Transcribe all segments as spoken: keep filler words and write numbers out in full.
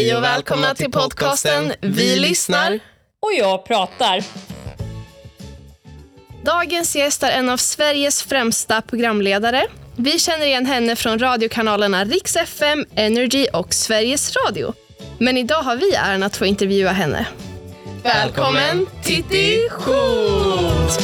Hej och välkomna till podcasten Vi lyssnar. Och jag pratar. Dagens gäst är en av Sveriges främsta programledare. Vi känner igen henne från radiokanalerna Rix F M, Energy och Sveriges Radio. Men idag har vi äran att få intervjua henne. Välkommen Titti Schut!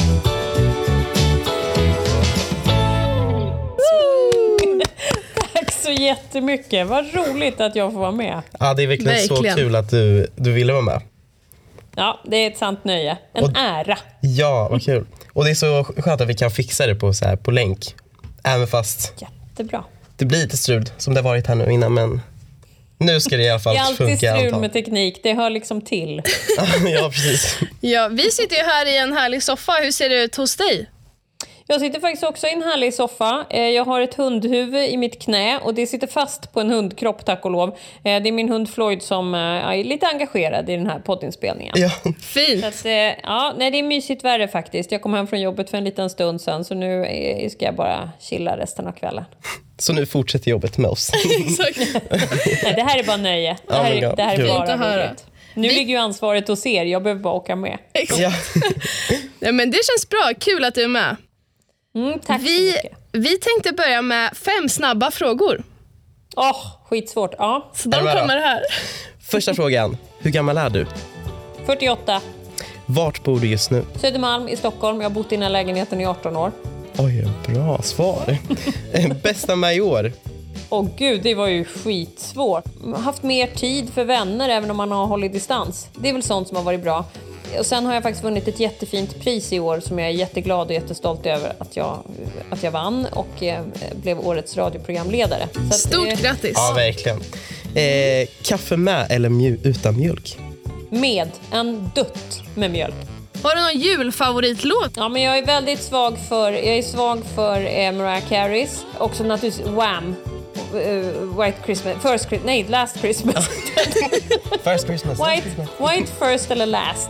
Tack så jättemycket. Vad roligt att jag får vara med. Ja, det är verkligen, verkligen. så kul att du, du ville vara med. Ja, det är ett sant nöje. En och, ära. Ja, vad kul. Och det är så skönt att vi kan fixa det på, så här, på länk. Även fast Jättebra. Det blir lite strul som det har varit här nu innan, men nu ska det i alla fall funka. Det är alltid strul med teknik, det hör liksom till. Ja, precis. Ja, vi sitter ju här i en härlig soffa. Hur ser det ut hos dig? Jag sitter faktiskt också i en härlig soffa. Jag har ett hundhuvud i mitt knä och det sitter fast på en hundkropp, tack och lov. Det är min hund Floyd som är lite engagerad i den här poddinspelningen. Ja. Fint. Så att, ja, nej, det är mysigt värre faktiskt. Jag kom hem från jobbet för en liten stund sedan, så nu ska jag bara chilla resten av kvällen. Så nu fortsätter jobbet med oss. Exakt. Nej, det här är bara nöje. Det här, ja, det här är bara höra. Nu Vi... ligger ju ansvaret hos er. Jag behöver bara åka med. Ja. Ja, men det känns bra. Kul att du är med. Mm, tack vi, så mycket. Vi tänkte börja med fem snabba frågor. Åh, oh, skitsvårt. Ja. Så de kommer här. Första frågan. Hur gammal är du? fyrtioåtta. Vart bor du just nu? Södermalm i Stockholm. Jag har bott i den här lägenheten i arton år. Oj, bra svar. Bästa med i år? Åh oh, gud, det var ju skitsvårt. Haft mer tid för vänner även om man har hållit distans. Det är väl sånt som har varit bra. Och sen har jag faktiskt vunnit ett jättefint pris i år som jag är jätteglad och jättestolt över att jag, att jag vann och eh, blev årets radioprogramledare. Så att, Stort eh, grattis! Ja, verkligen. Eh, kaffe med eller mju- utan mjölk? Med en dutt med mjölk. Har du någon julfavoritlåt? Ja, men jag är väldigt svag för, jag är svag för eh, Mariah Careys. Också naturligtvis Wham! Uh, White Christmas, First Christmas, nej, Last Christmas. First Christmas. White, white First eller Last?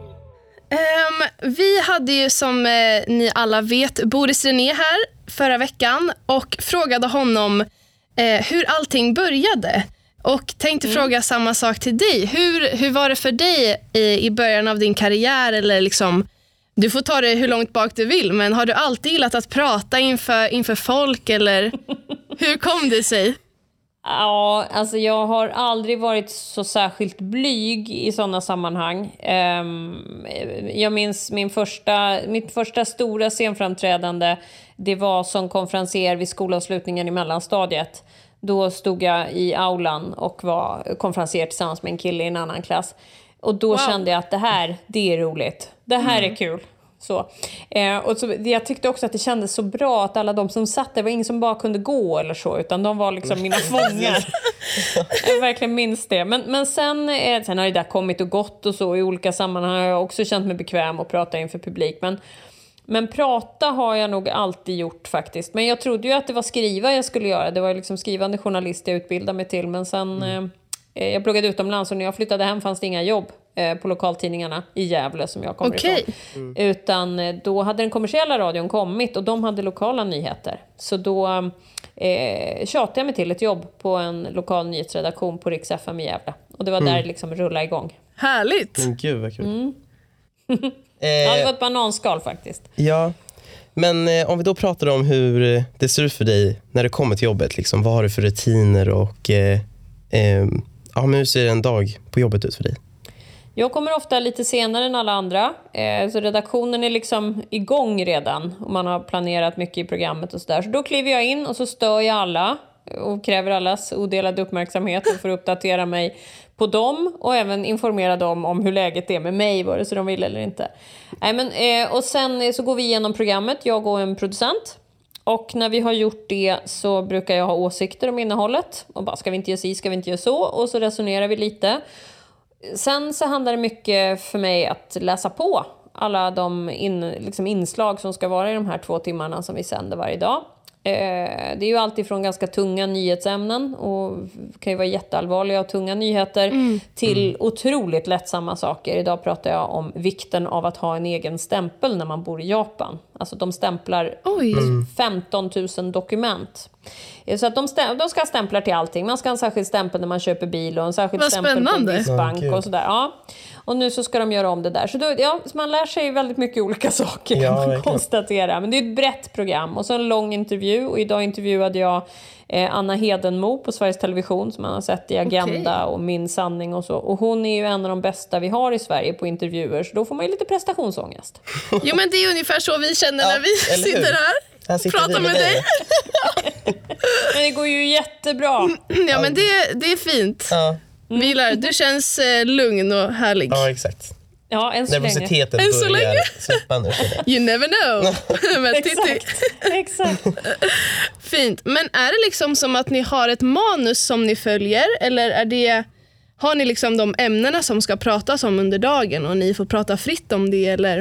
Um, vi hade ju som eh, ni alla vet Boris René här förra veckan och frågade honom eh, hur allting började. Och tänkte mm. fråga samma sak till dig. Hur, hur var det för dig i, i början av din karriär? Eller liksom, du får ta det hur långt bak du vill, men har du alltid gillat att prata inför, inför folk? Eller hur kom det sig? Ja, alltså jag har aldrig varit så särskilt blyg i sådana sammanhang. Um, jag minns min första, mitt första stora scenframträdande. Det var som konferencier vid skolavslutningen i mellanstadiet. Då stod jag i aulan och var konferencier tillsammans med en kille i en annan klass. Och då wow. kände jag att det här, det är roligt. Det här mm. är kul. Så. Eh, och så, jag tyckte också att det kändes så bra att alla de som satt där var ingen som bara kunde gå eller så, utan de var liksom mina fångar. Jag verkligen minns det. Men, men sen, eh, sen har det där kommit och gått och så i olika sammanhang har jag också känt mig bekväm att prata inför publik. Men, men prata har jag nog alltid gjort faktiskt. Men jag trodde ju att det var skriva jag skulle göra. Det var liksom skrivande journalist jag utbildade mig till. Men sen... Mm. Eh, jag pluggade utomlands och när jag flyttade hem fanns det inga jobb på lokaltidningarna i Gävle som jag kommer okay. ifrån. Mm. Utan då hade den kommersiella radion kommit och de hade lokala nyheter. Så då eh, tjatade jag mig till ett jobb på en lokal nyhetsredaktion på Rix F M i Gävle. Och det var mm. där det liksom rullade igång. Härligt! Men gud vad kul. Mm. eh, ja, det var ett bananskal faktiskt. Ja, men eh, om vi då pratar om hur det ser ut för dig när du kommer till jobbet. Liksom, vad har du för rutiner och eh, eh, ja, men hur ser en dag på jobbet ut för dig? Jag kommer ofta lite senare än alla andra. Eh, så redaktionen är liksom igång redan. Och man har planerat mycket i programmet och sådär. Så då kliver jag in och så stör jag alla. Och kräver allas odelade uppmärksamhet. Och får uppdatera mig på dem. Och även informera dem om hur läget är med mig. Vare sig de vill eller inte. Nej, men, eh, och sen så går vi igenom programmet. Jag och en producent. Och när vi har gjort det så brukar jag ha åsikter om innehållet. Och bara, ska vi inte göra si, ska vi inte göra så? Och så resonerar vi lite. Sen så handlar det mycket för mig att läsa på alla de in, liksom inslag som ska vara i de här två timmarna som vi sänder varje dag. Eh, det är ju alltid från ganska tunga nyhetsämnen och kan ju vara jätteallvarliga och tunga nyheter mm. till mm. otroligt lättsamma saker. Idag pratar jag om vikten av att ha en egen stämpel när man bor i Japan. Alltså de stämplar Oj. femton tusen dokument. Så att de, stäm- de ska ha stämplar till allting. Man ska ha en särskild stämpel när man köper bil och en särskild Vad stämpel spännande. på en viss bank Ja, och sådär. Ja. Och nu så ska de göra om det där. Så då, ja, så man lär sig väldigt mycket olika saker kan Ja, man verkligen. konstatera. Men det är ett brett program och så en lång intervju. Och idag intervjuade jag eh, Anna Hedenmo på Sveriges Television som man har sett i Agenda Okej. och Min sanning och så. Och hon är ju en av de bästa vi har i Sverige på intervjuer. Så då får man ju lite prestationsångest. Jo, men det är ungefär så vi känner Ja, när vi eller hur? sitter här. Här sitter Pratar vi med dig. Men det går ju jättebra. Ja, men det, det är fint. Ja, Vi gillar, du känns eh, lugn och härlig. ja exakt. Ja, än så länge. Nervositeten Än så börjar länge. släppa nu. You never know. Men Titti. Exakt. Exakt. Fint. Men är det liksom som att ni har ett manus som ni följer? Eller är det, har ni liksom de ämnena som ska pratas om under dagen och ni får prata fritt om det? Eller?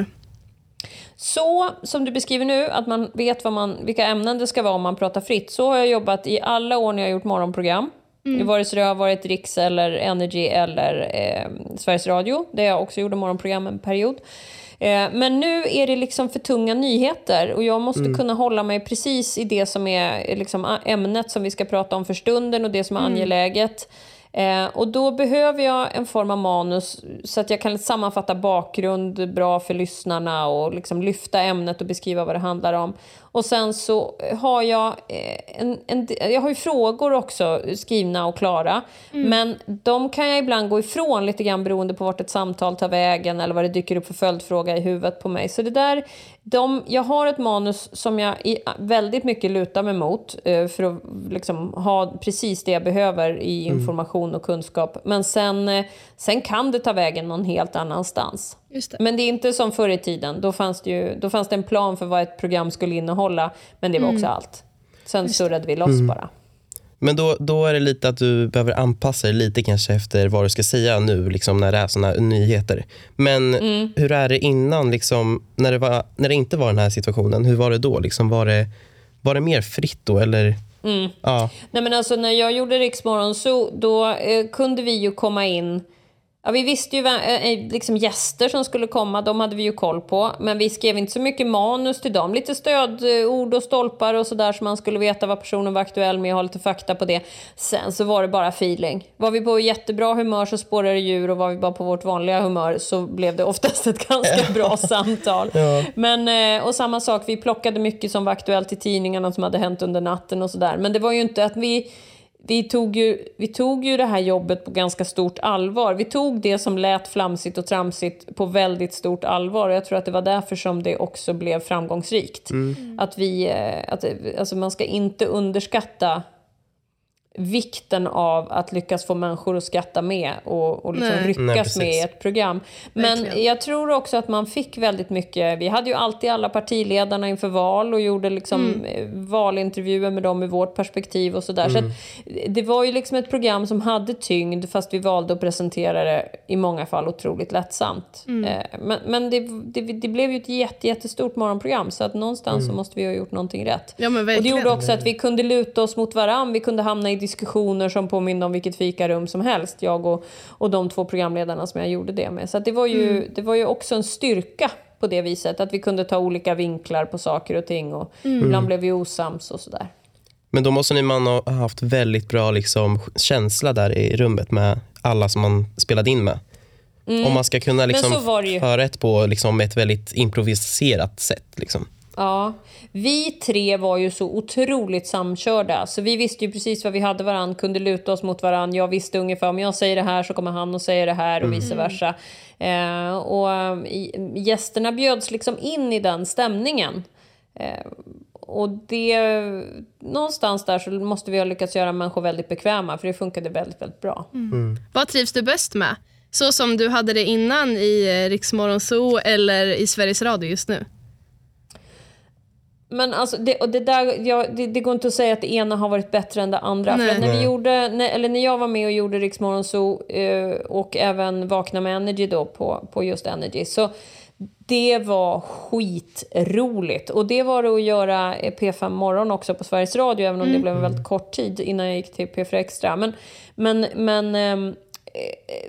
Så som du beskriver nu, att man vet vad man, vilka ämnen det ska vara om man pratar fritt. Så har jag jobbat i alla år när jag har gjort morgonprogram. Mm. Vare sig det har varit Riks eller Energy eller eh, Sveriges Radio. Där jag också gjorde morgonprogram en period. Eh, men nu är det liksom för tunga nyheter. Och jag måste mm. kunna hålla mig precis i det som är liksom ämnet som vi ska prata om för stunden. Och det som är mm. angeläget. Eh, och då behöver jag en form av manus så att jag kan sammanfatta bakgrund bra för lyssnarna och liksom lyfta ämnet och beskriva vad det handlar om. Och sen så har jag eh, en, en, jag har ju frågor också skrivna och klara. Mm. Men de kan jag ibland gå ifrån lite grann beroende på vart ett samtal tar vägen eller vad det dyker upp för följdfråga i huvudet på mig. Så det där, de, jag har ett manus som jag i, väldigt mycket lutar mig mot eh, för att liksom ha precis det jag behöver i information och kunskap. Men sen, eh, sen kan det ta vägen någon helt annanstans. Just det. Men det är inte som förr i tiden. Då fanns det ju, då fanns det en plan för vad ett program skulle innehålla. Men det var också allt. Sen surrade vi loss mm. bara. Men då, då är det lite att du behöver anpassa dig lite kanske efter vad du ska säga nu liksom när det är såna nyheter. Men mm. hur är det innan liksom, när det, var, när det inte var den här situationen? Hur var det då? Liksom, var, det, var det mer fritt då? Eller? Mm. Ja. Nej, men alltså, när jag gjorde Riksmorgon så då eh, kunde vi ju komma in. Ja, vi visste ju äh, liksom gäster som skulle komma, de hade vi ju koll på. Men vi skrev inte så mycket manus till dem. Lite stödord och stolpar och sådär så man skulle veta vad personen var aktuell med och ha lite fakta på det. Sen så var det bara feeling. Var vi på jättebra humör så spårade det djur och var vi bara på vårt vanliga humör så blev det oftast ett ganska bra samtal. Ja. Men, och samma sak, vi plockade mycket som var aktuellt i tidningarna som hade hänt under natten och sådär. Men det var ju inte att vi... Vi tog, ju, vi tog ju det här jobbet på ganska stort allvar. Vi tog det som lät flamsigt och tramsigt på väldigt stort allvar. Och jag tror att det var därför som det också blev framgångsrikt. Mm. Att vi, att, alltså man ska inte underskatta vikten av att lyckas få människor att skratta med och, och liksom ryckas Nej, med ett program. Men Verkligen. Jag tror också att man fick väldigt mycket, vi hade ju alltid alla partiledarna inför val och gjorde liksom mm. valintervjuer med dem i vårt perspektiv och sådär. Mm. Så att det var ju liksom ett program som hade tyngd fast vi valde att presentera det i många fall otroligt lättsamt. Mm. Men, men det, det, det blev ju ett jätte, jättestort morgonprogram så att någonstans mm. så måste vi ha gjort någonting rätt. Ja, men och det gjorde också att vi kunde luta oss mot varann, vi kunde hamna i diskussioner som påminner om vilket fikarum som helst, jag och, och de två programledarna som jag gjorde det med. Så att det, var ju, mm. det var ju också en styrka på det viset, att vi kunde ta olika vinklar på saker och ting och mm. ibland blev vi osams och sådär. Men då måste ni man ha haft väldigt bra liksom, känsla där i rummet med alla som man spelade in med. Mm. Om man ska kunna liksom, höra ett på liksom, ett väldigt improviserat sätt liksom. Ja, vi tre var ju så otroligt samkörda. Så vi visste ju precis vad vi hade varann, kunde luta oss mot varann. Jag visste ungefär om jag säger det här så kommer han och säger det här och vice versa. Eh, och gästerna bjöds liksom in i den stämningen. Eh, och det, någonstans där så måste vi ha lyckats göra människor väldigt bekväma. För det funkade väldigt, väldigt bra. Mm. Mm. Vad trivs du bäst med? Så som du hade det innan i Riksmorgon Zoo eller i Sveriges Radio just nu? Men alltså, det, och det, där, ja, det, det går inte att säga att det ena har varit bättre än det andra. Nej. För när, vi gjorde, när, eller när jag var med och gjorde Riksmorgon Zoo eh, och även Vakna med Energy då på, på just Energy. Så det var skitroligt. Och det var det att göra P fem morgon också på Sveriges Radio. Även om mm. det blev en väldigt kort tid innan jag gick till P fyra Extra. Men, men, men eh,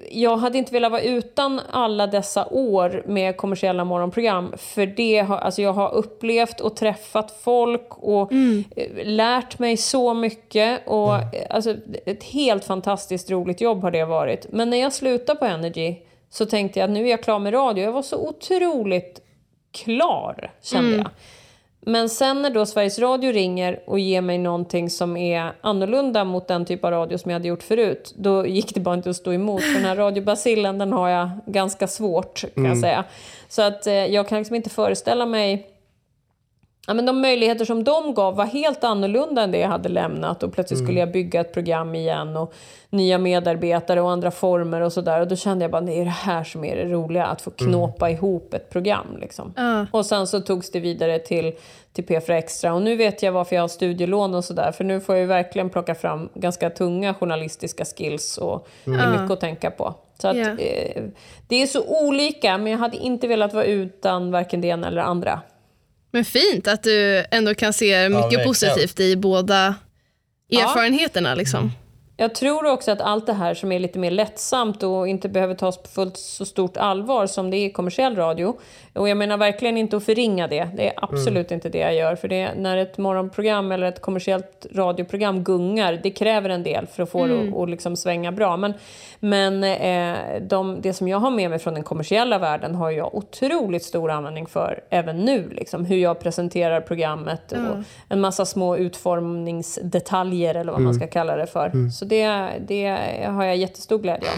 jag hade inte velat vara utan alla dessa år med kommersiella morgonprogram. För det har, alltså jag har upplevt och träffat folk och mm. lärt mig så mycket. Och mm. alltså, ett helt fantastiskt roligt jobb har det varit. Men när jag slutade på Energy så tänkte jag att nu är jag klar med radio. Jag var så otroligt klar, kände mm. jag. Men sen när då Sveriges Radio ringer och ger mig någonting som är annorlunda mot den typ av radio som jag hade gjort förut, då gick det bara inte att stå emot. För den här radiobacillen, den har jag ganska svårt, kan mm. jag säga. Så att eh, jag kan liksom inte föreställa mig... Ja, men de möjligheter som de gav var helt annorlunda än det jag hade lämnat. Och plötsligt mm. skulle jag bygga ett program igen och nya medarbetare och andra former och sådär. Och då kände jag bara, det är det här som är det roliga, att få knåpa mm. ihop ett program. Liksom. Uh. Och sen så togs det vidare till, till P fyra Extra. Och nu vet jag varför jag har studielån och sådär. För nu får jag ju verkligen plocka fram ganska tunga journalistiska skills. Och mm. det är mycket att tänka på. Så att, yeah. eh, det är så olika, men jag hade inte velat vara utan varken det ena eller andra. Men fint att du ändå kan se mycket ja, positivt i båda erfarenheterna. Ja. Liksom. Jag tror också att allt det här som är lite mer lättsamt och inte behöver tas på fullt så stort allvar som det är i kommersiell radio. Och jag menar verkligen inte att förringa det. Det är absolut mm. inte det jag gör. För det, när ett morgonprogram eller ett kommersiellt radioprogram gungar, det kräver en del för att få mm. det att liksom svänga bra. Men, men eh, de, det som jag har med mig från den kommersiella världen har jag otroligt stor användning för även nu. Liksom, hur jag presenterar programmet och mm. en massa små utformningsdetaljer eller vad mm. man ska kalla det för. Mm. Så det, det har jag jättestor glädje av.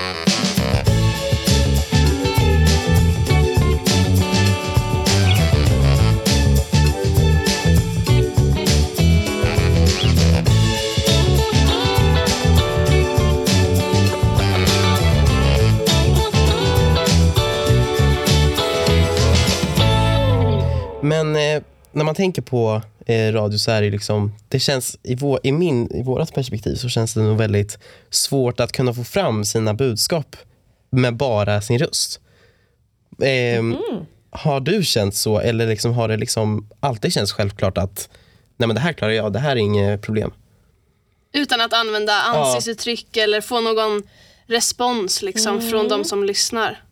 Men eh, när man tänker på eh, radio så är det liksom, det känns i, vår, i, min, i vårat perspektiv så känns det nog väldigt svårt att kunna få fram sina budskap med bara sin röst. Eh, mm. Har du känt så, eller liksom, har det liksom alltid känts självklart att nej, men det här klarar jag, det här är inget problem? Utan att använda ansiktsuttryck ja. eller få någon respons liksom, mm. från de som lyssnar.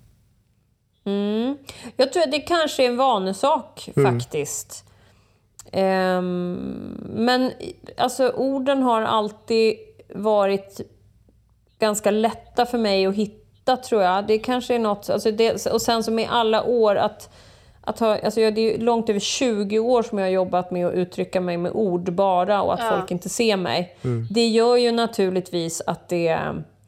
Mm. Jag tror att det kanske är en vanesak mm. faktiskt. Um, men alltså orden har alltid varit ganska lätta för mig att hitta, tror jag. Det kanske är något, alltså det, och sen som i alla år att, att ha, alltså det är långt över tjugo år som jag har jobbat med att uttrycka mig med ord bara och att ja. folk inte ser mig. Mm. Det gör ju naturligtvis att det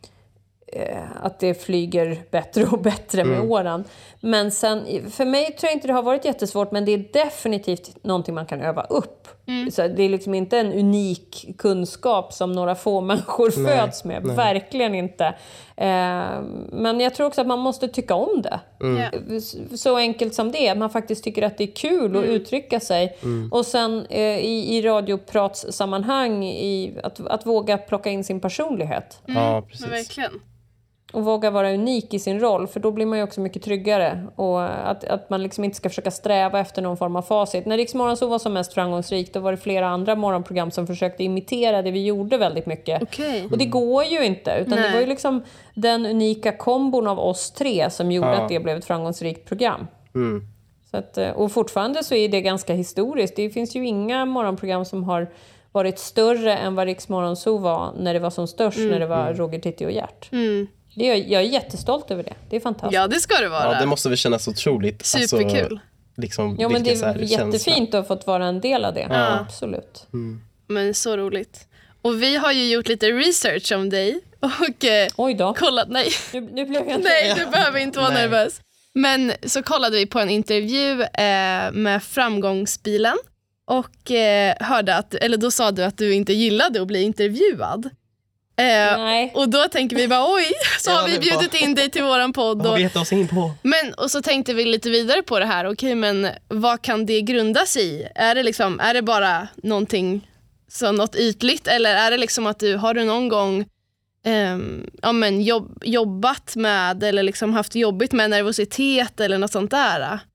att det flyger bättre och bättre med mm. åren. Men sen, för mig tror jag inte det har varit jättesvårt, men det är definitivt någonting man kan öva upp. Mm. Så det är liksom inte en unik kunskap som några få människor nej, föds med. Nej. Verkligen inte. Eh, men jag tror också att man måste tycka om det. Mm. Så enkelt som det är. Man faktiskt tycker att det är kul mm. att uttrycka sig. Mm. Och sen eh, i, i radiopratssammanhang i, att, att våga plocka in sin personlighet. Mm. Ja, precis. Men verkligen. Och våga vara unik i sin roll. För då blir man ju också mycket tryggare. Och att, att man liksom inte ska försöka sträva efter någon form av facit. När Rix Morgonzoo var som mest framgångsrikt, då var det flera andra morgonprogram som försökte imitera det vi gjorde väldigt mycket. Okay. Och det går ju inte. Utan Nej. det var ju liksom den unika kombon av oss tre som gjorde ja. att det blev ett framgångsrikt program. Mm. Så att, och fortfarande så är det ganska historiskt. Det finns ju inga morgonprogram som har varit större än vad Rix Morgonzoo var när det var som störst. Mm. När det var Roger, Titti och Gert. Mm. Det är, jag är jättestolt över det. Det är fantastiskt. Ja, det ska det vara. Ja, det måste väl kännas otroligt. Superkul. Alltså, liksom, ja, men det är jättefint känsla. Att ha fått vara en del av det. Ja. Absolut. Mm. Men så roligt. Och vi har ju gjort lite research om dig. Och eh, Oj då. kollat, nej. Nu, nu blev jag inte... Nej, du behöver inte vara nej. nervös. Men så kollade vi på en intervju eh, med Framgångsbilen. Och eh, hörde att, eller då sa du att du inte gillade att bli intervjuad. Eh, och då tänker vi bara oj, så ja, har vi bjudit bara... in dig till våran podd. Och... vet oss in på. Men, och så tänkte vi lite vidare på det här. Okej, men vad kan det grundas i? Är det, liksom, är det bara någonting, så något ytligt? Eller är det liksom att du, har du någon gång eh, ja, men jobb, jobbat med eller liksom haft jobbigt med nervositet eller något sånt där?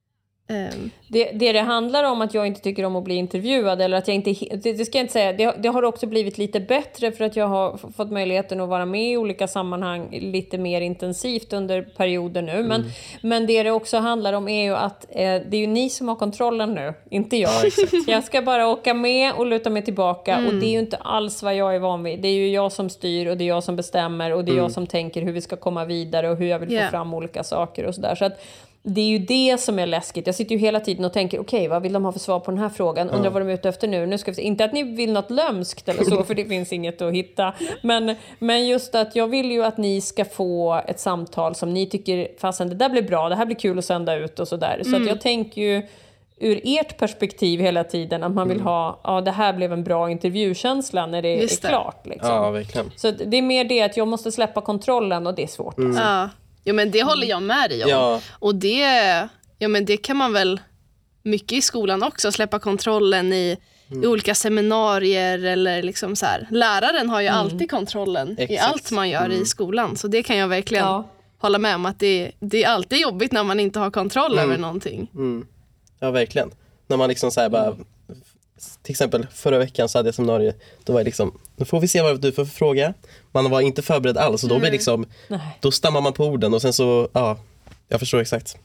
Um. Det, det det handlar om att jag inte tycker om att bli intervjuad eller att jag inte, det, det ska jag inte säga, det, det har också blivit lite bättre för att jag har fått möjligheten att vara med i olika sammanhang lite mer intensivt under perioder nu, men, mm. men det det också handlar om är ju att eh, det är ju ni som har kontrollen nu, inte jag. Jag ska bara åka med och luta mig tillbaka mm. och det är ju inte alls vad jag är van vid. Det är ju jag som styr och det är jag som bestämmer och det är mm. jag som tänker hur vi ska komma vidare och hur jag vill yeah. få fram olika saker och sådär, så att det är ju det som är läskigt. Jag sitter ju hela tiden och tänker, okej, okay, vad vill de ha för svar på den här frågan? Undrar vad de är ute efter nu. nu ska vi se. Inte att ni vill något lömskt eller så, för det finns inget att hitta. Men, men just att jag vill ju att ni ska få ett samtal som ni tycker, fastän det där blir bra, det här blir kul att sända ut och sådär. Så mm. att jag tänker ju ur ert perspektiv hela tiden att man vill mm. ha, ja, det här blev en bra intervjukänsla när det just är det. klart. Liksom. Ja, verkligen. Så det är mer det att jag måste släppa kontrollen och det är svårt. Mm. Alltså. Ja. Jo, men det håller jag med dig om. Ja. Och det, ja, men det kan man väl mycket i skolan också, släppa kontrollen i, mm. i olika seminarier eller liksom så här. Läraren har ju mm. alltid kontrollen Exakt. i allt man gör mm. i skolan. Så det kan jag verkligen ja. hålla med om, att det, det är alltid jobbigt när man inte har kontroll mm. över någonting. Mm. Ja, verkligen. När man liksom så här bara... Till exempel förra veckan så hade jag seminarium. Då var jag liksom, nu får vi se vad du får för fråga. Man var inte förberedd alls och då blir liksom, Nej. då stammar man på orden och sen så, ja, jag förstår exakt.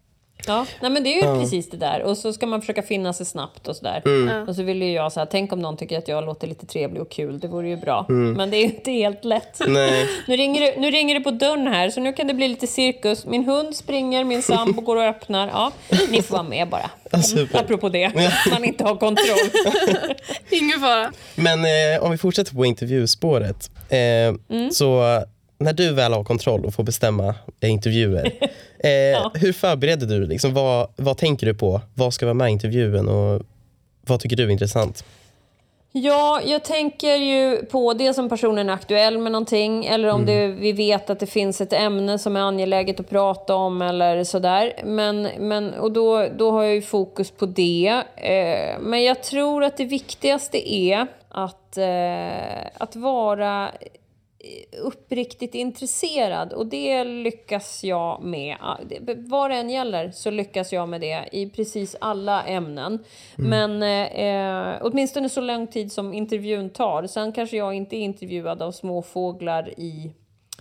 Ja, nej men det är ju ja. precis det där. Och så ska man försöka finna sig snabbt och sådär. Mm. Och så vill ju jag så här, tänk om någon tycker att jag låter lite trevlig och kul. Det vore ju bra. Mm. Men det är ju inte helt lätt. Nej. Nu ringer det, nu ringer det på dörren här, så nu kan det bli lite cirkus. Min hund springer, min sambo går och öppnar. Ja, ni får vara med bara. Ja, super. Apropå det, man inte har kontroll. Ingen fara. Men eh, om vi fortsätter på intervjuspåret. Eh, mm. Så... När du väl har kontroll och får bestämma intervjuer, eh, ja. hur förbereder du? Liksom, vad, vad tänker du på? Vad ska vara med i intervjun och vad tycker du är intressant? Ja, jag tänker ju på det som personen är aktuell med någonting, eller om mm. det, vi vet att det finns ett ämne som är angeläget att prata om eller sådär. Men, men, och då, då har jag ju fokus på det. Eh, men jag tror att det viktigaste är att, eh, att vara uppriktigt intresserad, och det lyckas jag med. Vad det än gäller så lyckas jag med det i precis alla ämnen. Mm. Men eh, åtminstone så lång tid som intervjun tar. Sen kanske jag inte är intervjuad av småfåglar i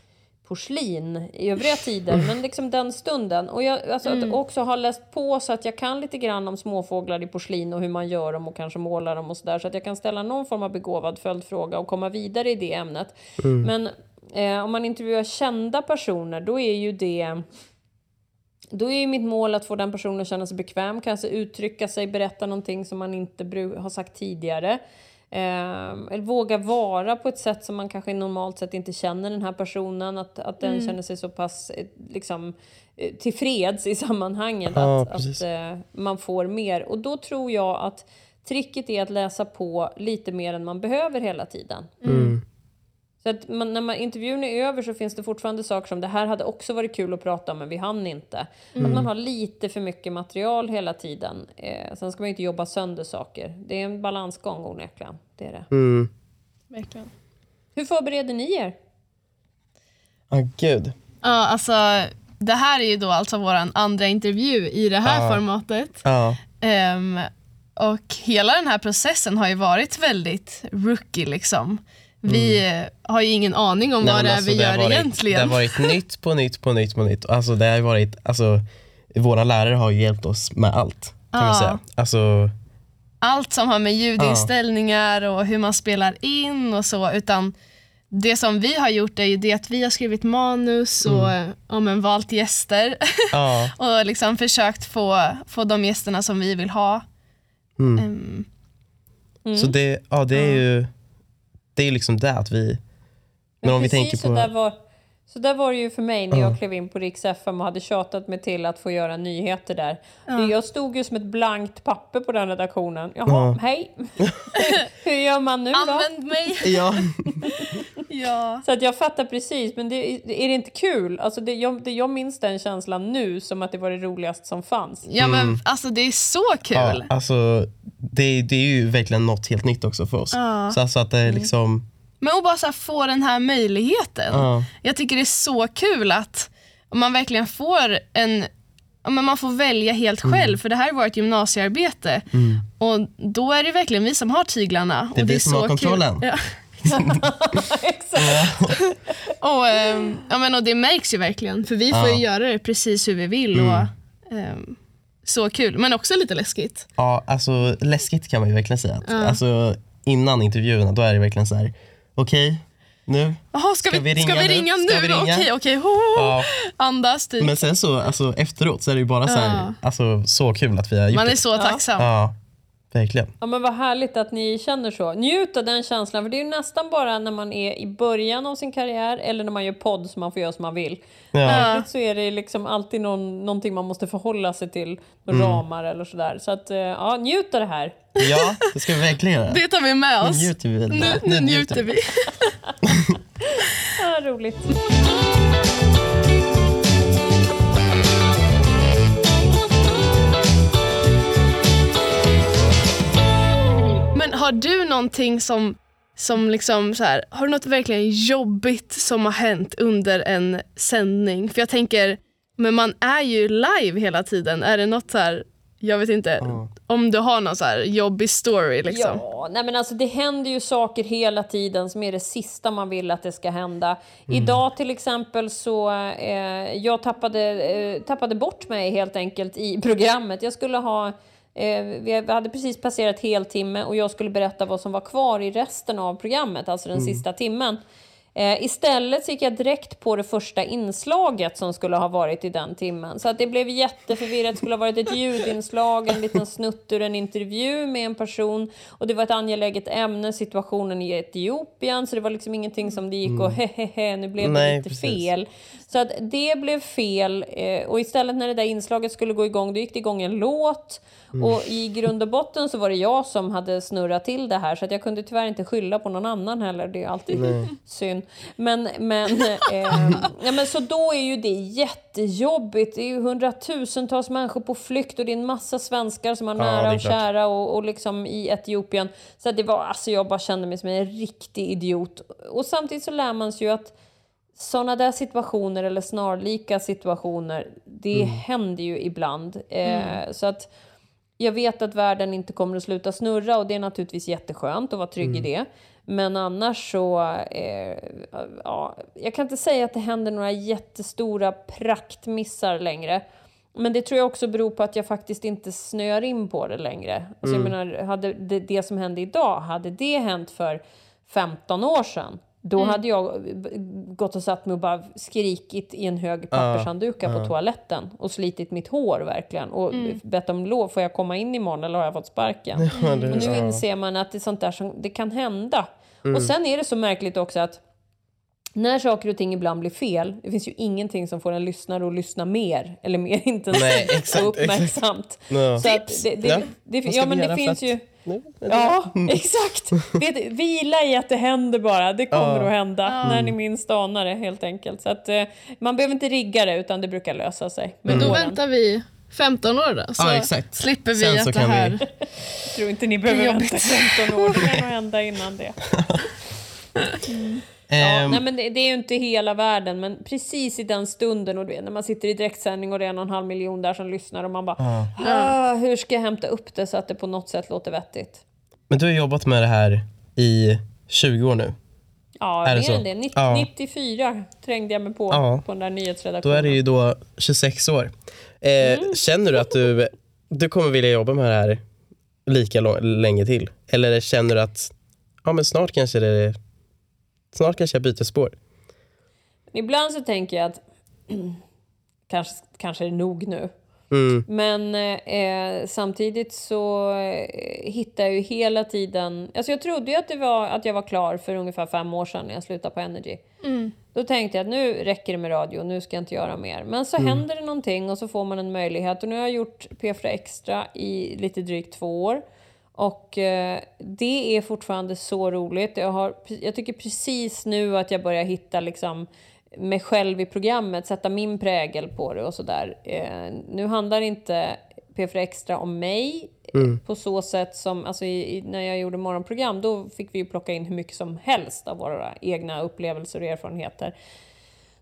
porslin i övriga tider, men liksom den stunden. Och jag alltså, mm. att också har läst på så att jag kan lite grann om småfåglar i porslin och hur man gör dem och kanske målar dem och sådär, så att jag kan ställa någon form av begåvad följdfråga och komma vidare i det ämnet. Mm. Men eh, om man intervjuar kända personer, då är ju det då är ju mitt mål att få den personen att känna sig bekväm, kanske uttrycka sig, berätta någonting som man inte bru- har sagt tidigare. Eh, eller våga vara på ett sätt som man kanske normalt sett inte känner den här personen, att, att den mm. känner sig så pass liksom, tillfreds i sammanhanget ja, att, att eh, man får mer. Och då tror jag att tricket är att läsa på lite mer än man behöver hela tiden. Mm. Så att man, när man, intervjun är över så finns det fortfarande saker som det här hade också varit kul att prata om, men vi hann inte. Mm. Att man har lite för mycket material hela tiden. Eh, sen ska man inte jobba sönder saker. Det är en balansgång onekligen. Det är det. Mm. Verkligen. Hur förbereder ni er? Ja, oh, gud. Ja, alltså det här är ju då alltså våran andra intervju i det här ja. formatet. Ja. Um, och hela den här processen har ju varit väldigt rookie liksom. Vi mm. har ju ingen aning om Nej, vad det är alltså, vi det gör varit, egentligen. Det har varit nytt på nytt på nytt på nytt. Alltså det har varit, alltså våra lärare har ju hjälpt oss med allt, kan ja. man säga. Alltså allt som har med ljudinställningar ja. och hur man spelar in och så, utan det som vi har gjort är ju det att vi har skrivit manus och mm. ja, men, valt gäster ja. och liksom försökt få, få de gästerna som vi vill ha. Mm. Um. Mm. Så det, ja, det är ju det är liksom det att vi men om vi tänker på så där var så där var det ju för mig när uh. jag klev in på Riks F M och hade tjatat mig till att få göra nyheter där. Uh. Jag stod ju som ett blankt papper på den redaktionen. Jaha, uh. hej. Hur gör man nu då? Använd mig. Ja. ja. Så att jag fattar precis, men det, är det inte kul? Alltså det, jag, det, jag minns den känslan nu som att det var det roligaste som fanns. Ja, men mm. alltså det är så kul. Ja, alltså det, det är ju verkligen något helt nytt också för oss. Uh. Så alltså att det är liksom Men att bara så här få den här möjligheten. Uh. Jag tycker det är så kul att om man verkligen får en, ja, men man får välja helt själv, mm. för det här var ett gymnasiearbete. Mm. Och då är det verkligen vi som har tyglarna. Det är och det vi är som så har kontrollen. Kul. Ja. Exakt. och, ähm, ja, men, och det märks ju verkligen, för vi får ja. ju göra det precis hur vi vill. Mm. Och, ähm, så kul, men också lite läskigt. Ja, alltså läskigt kan man ju verkligen säga. Ja. Alltså innan intervjuerna, då är det verkligen så här: okej, okay, nu Aha, ska, ska, vi, vi ska vi ringa nu? Ska vi ringa? Okej, okej. Oh, ja. Andas typ. Men sen så, alltså, efteråt så är det ju bara så här, ja. alltså, så kul att vi har gjort Man är det. så tacksam. Ja, verkligen. Ja, men vad härligt att ni känner så. Njut av den känslan, för det är ju nästan bara när man är i början av sin karriär eller när man gör podd som man får göra som man vill. Ja. Så är det liksom alltid någon, någonting man måste förhålla sig till, mm. ramar eller sådär. Så att, ja, njut av det här. Ja, det ska vi verkligen göra. Det tar vi med oss. Nu njuter vi. Nu, nu njuter vi. Ja, roligt. Men har du någonting som, som liksom så här, har du något verkligen jobbigt som har hänt under en sändning? För jag tänker, men man är ju live hela tiden. Är det något så här, jag vet inte, mm. om du har någon så här jobbig story liksom? Ja, nej men alltså det händer ju saker hela tiden som är det sista man vill att det ska hända. Mm. Idag till exempel så eh, jag tappade, eh, tappade bort mig helt enkelt i programmet. Jag skulle ha, eh, vi hade precis passerat heltimme och jag skulle berätta vad som var kvar i resten av programmet, alltså den mm. sista timmen. Eh, istället så gick jag direkt på det första inslaget som skulle ha varit i den timmen. Så att det blev jätteförvirrat. Det skulle ha varit ett ljudinslag, en liten snutt ur en intervju med en person. Och det var ett angeläget ämne, situationen i Etiopien. Så det var liksom ingenting som det gick och hehehe, nu blev det Nej, lite precis. fel. Så att det blev fel. Eh, och istället när det där inslaget skulle gå igång, då gick det igång en låt. Mm. Och i grund och botten så var det jag som hade snurrat till det här. Så att jag kunde tyvärr inte skylla på någon annan heller. Det är alltid Nej. synd. Men, men, eh, ja, men så då är ju det jättejobbigt. Det är ju hundratusentals människor på flykt. Och det är en massa svenskar som har ja, nära och kära och, och liksom i Etiopien. Så det var, alltså jag bara kände mig som en riktig idiot. Och samtidigt så lär man sig ju att sådana där situationer eller snarlika situationer, det mm. händer ju ibland. Eh, mm. Så att jag vet att världen inte kommer att sluta snurra och det är naturligtvis jätteskönt att vara trygg mm. i det. Men annars så, eh, ja, jag kan inte säga att det händer några jättestora praktmissar längre. Men det tror jag också beror på att jag faktiskt inte snöar in på det längre. Alltså mm. jag menar, hade det, det som hände idag, hade det hänt för femton år sedan, då mm. hade jag gått och satt mig och bara skrikit i en hög pappershanddukar uh, uh. på toaletten och slitit mitt hår verkligen och mm. bett om lov, får jag komma in imorgon eller har jag fått sparken? Mm. Och nu inser man att det är sånt där som det kan hända. Mm. Och sen är det så märkligt också att när saker och ting ibland blir fel, det finns ju ingenting som får en lyssnare att lyssna mer eller mer intensivt och uppmärksamt. No. Så att det, det, ja, det, det, ja men det finns ju nu, ja, exakt. Vet, vila i att det händer bara. Det kommer ja. att hända mm. när ni minst anar det helt enkelt. Så att eh, man behöver inte rigga det utan det brukar lösa sig. Men mm. då väntar vi femton år då, så ja, exakt. slipper vi Sen att det här... Vi... Jag tror inte ni behöver vänta femton år. Det kan nog hända innan det. Mm. Ja, um, nej, men det, det är ju inte hela världen, men precis i den stunden och det, när man sitter i direktsändning och det är en och en halv miljon där som lyssnar och man bara, uh. ah, hur ska jag hämta upp det så att det på något sätt låter vettigt? Men du har jobbat med det här i tjugo år nu. Ja, är det är det. nittio, ja. nittiofyra trängde jag mig på ja. på den där nyhetsredaktionen. Då är det ju då tjugosex år. Eh, mm. Känner du att du, du kommer vilja jobba med det här lika lo- länge till? Eller känner du att ja, men snart kanske det Snart kanske jag byter spår? Ibland så tänker jag att kanske, kanske är det nog nu. Mm. Men eh, samtidigt så eh, hittar jag ju hela tiden... Alltså jag trodde ju att, det var, att jag var klar för ungefär fem år sedan när jag slutade på Energy. Mm. Då tänkte jag att nu räcker det med radio, nu ska jag inte göra mer. Men så mm. händer det någonting och så får man en möjlighet. Och nu har jag gjort P fyra Extra i lite drygt två år. Och eh, det är fortfarande så roligt. Jag, har, jag tycker precis nu att jag börjar hitta liksom mig själv i programmet. Sätta min prägel på det och sådär. Eh, nu handlar inte P fyra Extra om mig. Mm. På så sätt som alltså i, i, när jag gjorde morgonprogram. Då fick vi ju plocka in hur mycket som helst av våra egna upplevelser och erfarenheter.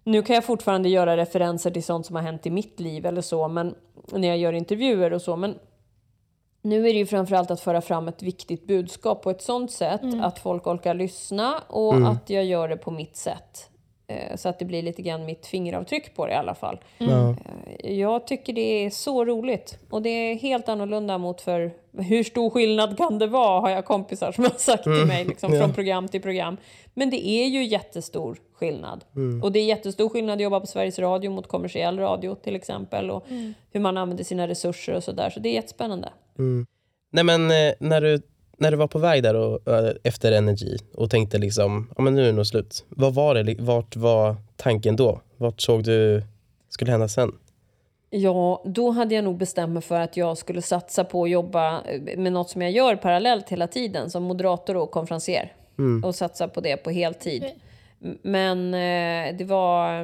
nu kan jag fortfarande göra referenser till sånt som har hänt i mitt liv eller så, men när jag gör intervjuer och så, men nu är det ju framförallt att föra fram ett viktigt budskap på ett sånt sätt mm. att folk orkar lyssna och mm. att jag gör det på mitt sätt. Så att det blir lite grann mitt fingeravtryck på det i alla fall. Mm. Jag tycker det är så roligt. Och det är helt annorlunda mot för hur stor skillnad kan det vara, har jag kompisar som har sagt mm. till mig liksom, ja. Från program till program. Men det är ju jättestor skillnad. Mm. Och det är jättestor skillnad att jobba på Sveriges Radio mot kommersiell radio till exempel. Och mm. hur man använder sina resurser och sådär. Så det är jättespännande. Mm. Nej men när du När du var på väg där och, efter Energy och tänkte liksom, ja men nu är det nog slut. Vad var det? Vart var tanken då? Vart såg du skulle hända sen? Ja, då hade jag nog bestämt mig för att jag skulle satsa på att jobba med något som jag gör parallellt hela tiden. Som moderator och konferencier. Mm. Och satsa på det på heltid. Okay. Men det var...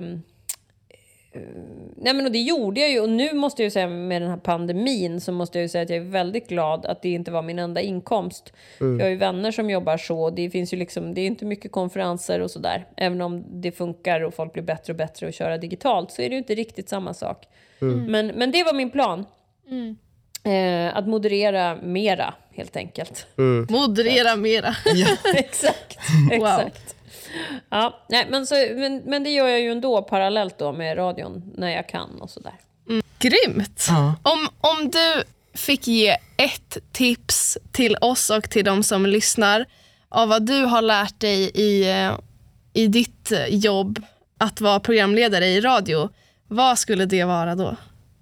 Nej men och det gjorde jag ju, och nu måste jag ju säga med den här pandemin så måste jag ju säga att jag är väldigt glad att det inte var min enda inkomst. Mm. Jag har ju vänner som jobbar så, det finns ju liksom, det är inte mycket konferenser och sådär. Även om det funkar och folk blir bättre och bättre att köra digitalt så är det ju inte riktigt samma sak. Mm. Men, men det var min plan. Mm. Eh, att moderera mera helt enkelt. Mm. Moderera mera. Ja. exakt, exakt. Wow. Ja, nej, men, så, men, men det gör jag ju ändå parallellt då med radion när jag kan och sådär. Mm. Grymt! Ja. Om, om du fick ge ett tips till oss och till de som lyssnar av vad du har lärt dig i, i ditt jobb att vara programledare i radio, vad skulle det vara då?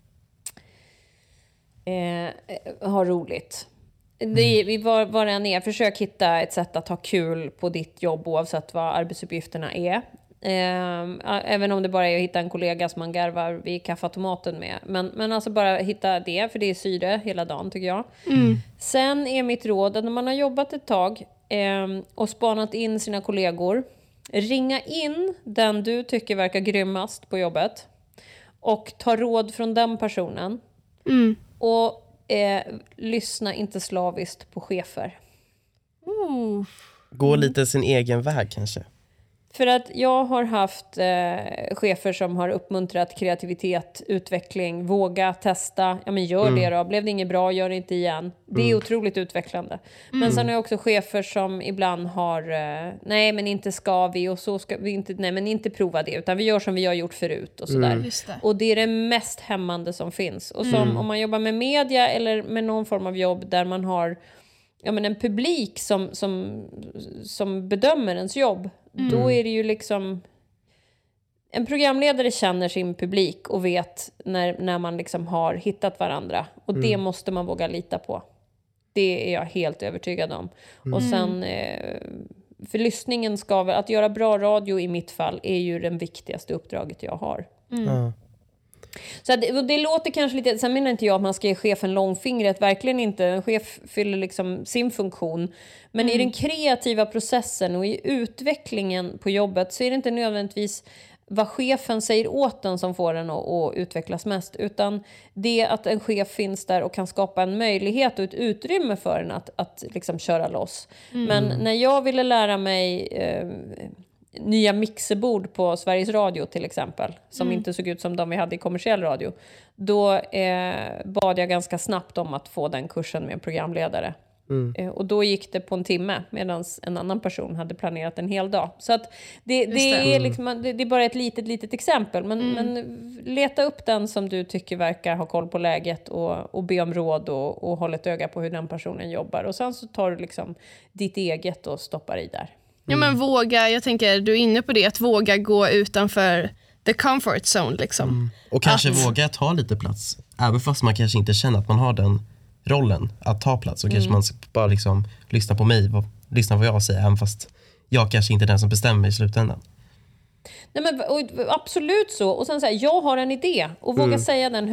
Eh, ha roligt. Det, vi var, var än är, försök hitta ett sätt att ha kul på ditt jobb oavsett vad arbetsuppgifterna är. Eh, även om det bara är att hitta en kollega som man garvar vid kaffeautomaten med. Men, men alltså bara hitta det, för det är syre hela dagen tycker jag. Mm. Sen är mitt råd att när man har jobbat ett tag eh, och spanat in sina kollegor, ringa in den du tycker verkar grymmast på jobbet och ta råd från den personen. Mm. Och Eh, lyssna inte slaviskt på chefer. Mm. Gå lite sin egen väg kanske. För att jag har haft eh, chefer som har uppmuntrat kreativitet, utveckling, våga, testa. Ja men gör mm. det då. Blev det inget bra, gör det inte igen. Det är mm. otroligt utvecklande. Mm. Men sen har jag också chefer som ibland har eh, nej men inte ska vi och så ska vi inte, nej men inte prova det. Utan vi gör som vi har gjort förut och sådär. Mm. Just det. Och det är det mest hämmande som finns. Och som mm. om man jobbar med media eller med någon form av jobb där man har ja, men en publik som, som, som bedömer ens jobb. Mm. Då är det ju liksom... En programledare känner sin publik och vet när, när man liksom har hittat varandra. Och mm. det måste man våga lita på. Det är jag helt övertygad om. Mm. Och sen... Eh, för lyssningen ska väl... Att göra bra radio i mitt fall är ju den viktigaste uppdraget jag har. Mm. Mm. Så det, det låter kanske lite... Sen menar inte jag att man ska ge chefen långfingret. Verkligen inte. En chef fyller liksom sin funktion. Men mm. i den kreativa processen och i utvecklingen på jobbet så är det inte nödvändigtvis vad chefen säger åt den som får den att, att utvecklas mest. Utan det att en chef finns där och kan skapa en möjlighet och ett utrymme för en att, att liksom köra loss. Mm. Men när jag ville lära mig... Eh, nya mixerbord på Sveriges Radio till exempel, som mm. inte såg ut som de vi hade i kommersiell radio, då eh, bad jag ganska snabbt om att få den kursen med en programledare. Mm. Eh, och då gick det på en timme medan en annan person hade planerat en hel dag. Så att det, det, det. Är liksom, det, det är bara ett litet, litet exempel. Men, mm. men leta upp den som du tycker verkar ha koll på läget och, och be om råd och, och håll ett öga på hur den personen jobbar. Och sen så tar du liksom ditt eget och stoppar i där. Ja men våga, jag tänker du är inne på det, att våga gå utanför the comfort zone liksom. Mm. Och kanske att... våga ta lite plats, även fast man kanske inte känner att man har den rollen att ta plats. Och mm. kanske man bara liksom lyssna på mig, lyssna på vad jag säger, även fast jag kanske inte är den som bestämmer i slutändan. Nej men och, absolut så. Och sen säga, jag har en idé och våga mm. säga den högt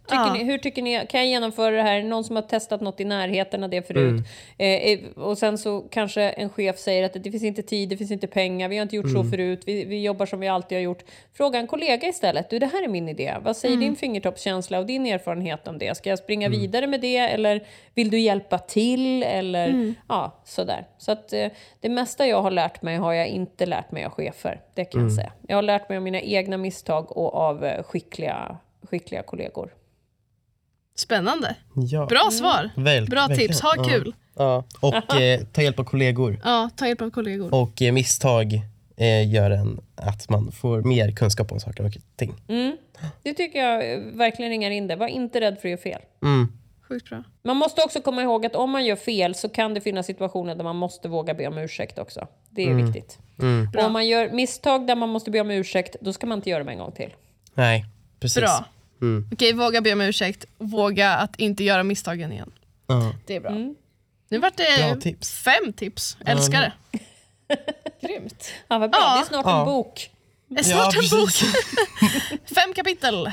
Tycker Ja. ni, hur tycker ni, kan jag genomföra det här? Någon som har testat något i närheten av det förut. Mm. Eh, och sen så kanske en chef säger att det finns inte tid, det finns inte pengar, vi har inte gjort Mm. så förut, vi, vi jobbar som vi alltid har gjort. Fråga en kollega istället, du det här är min idé. Vad säger din fingertoppskänsla och din erfarenhet om det? Ska jag springa Mm. vidare med det eller vill du hjälpa till? Eller ja, sådär. Så att eh, det mesta jag har lärt mig har jag inte lärt mig av chefer, det kan Mm. jag säga. Jag har lärt mig av mina egna misstag och av eh, skickliga, skickliga kollegor. Spännande. Ja. Bra svar. Väl, Bra verkligen. tips. Ha Ja. kul. Ja. Och eh, ta hjälp av kollegor. Ja, ta hjälp av kollegor. Och eh, misstag eh, gör en att man får mer kunskap om saker och ting. Mm. Det tycker jag eh, verkligen ringar in det. Var inte rädd för att göra fel. Mm. Sjukt bra. Man måste också komma ihåg att om man gör fel så kan det finnas situationer där man måste våga be om ursäkt också. Det är viktigt. Mm. Och om man gör misstag där man måste be om ursäkt, då ska man inte göra det en gång till. Nej, precis. Bra. Mm. Okej, våga be om ursäkt. Våga att inte göra misstagen igen. Ja. Det är bra. Mm. Nu vart det Bra tips. fem tips. Älskar det. Grymt. Ja, vad bra. Ja. Det är snart Ja. en bok. Snart en precis. bok. Fem kapitel.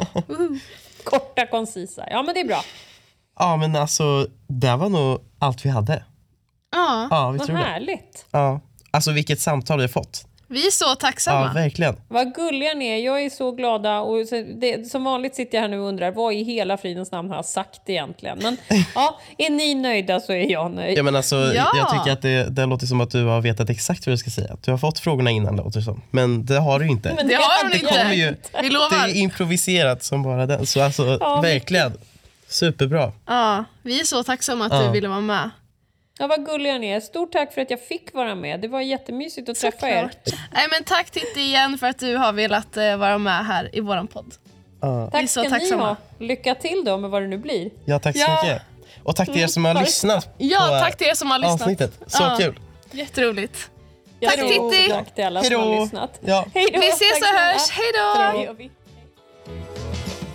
Korta, koncisa. Ja, men det är bra. Ja, men alltså, det var nog allt vi hade. Ja, Ja, vi Vad tror det. härligt. Ja. Alltså vilket samtal vi har fått. vi är så Ja, tacksamma. verkligen. Vad gulliga ni är. Jag är så glada. Och så, det, som vanligt sitter jag här nu och undrar vad i hela fridens namn har jag sagt egentligen. Men ja, är ni nöjda så är jag nöjd. Ja, men alltså, Ja. Jag tycker att det, det låter som att du har vetat exakt vad du ska säga. Du har fått frågorna innan, låter det som. Men det har du inte. Men Det har hon hade inte. jag. kommer ju, Vi det lovar. är improviserat som bara den. Så alltså, Ja, verkligen. Superbra. Ja, vi är så tacksamma att Ja. du ville vara med. Ja, vad gulliga ni är. Stort tack för att jag fick vara med. Det var jättemysigt att träffa er. Såklart. Nej, men tack Titti igen för att du har velat eh, vara med här i våran podd. Ja, Tack Vi är så ska ni tacksamma. ha. Lycka till då med vad det nu blir. ja tack så Ja. mycket. Och tack till er som har Mm. lyssnat Ja, på tack till er som har lyssnat. avsnittet. Så Ja. kul. Jätteroligt. Jag Tack, säger Titti. Tack till alla Hej som då. har lyssnat. Ja. Hej då. Vi ses Tack och snälla. hörs. Hej då! Det gör vi.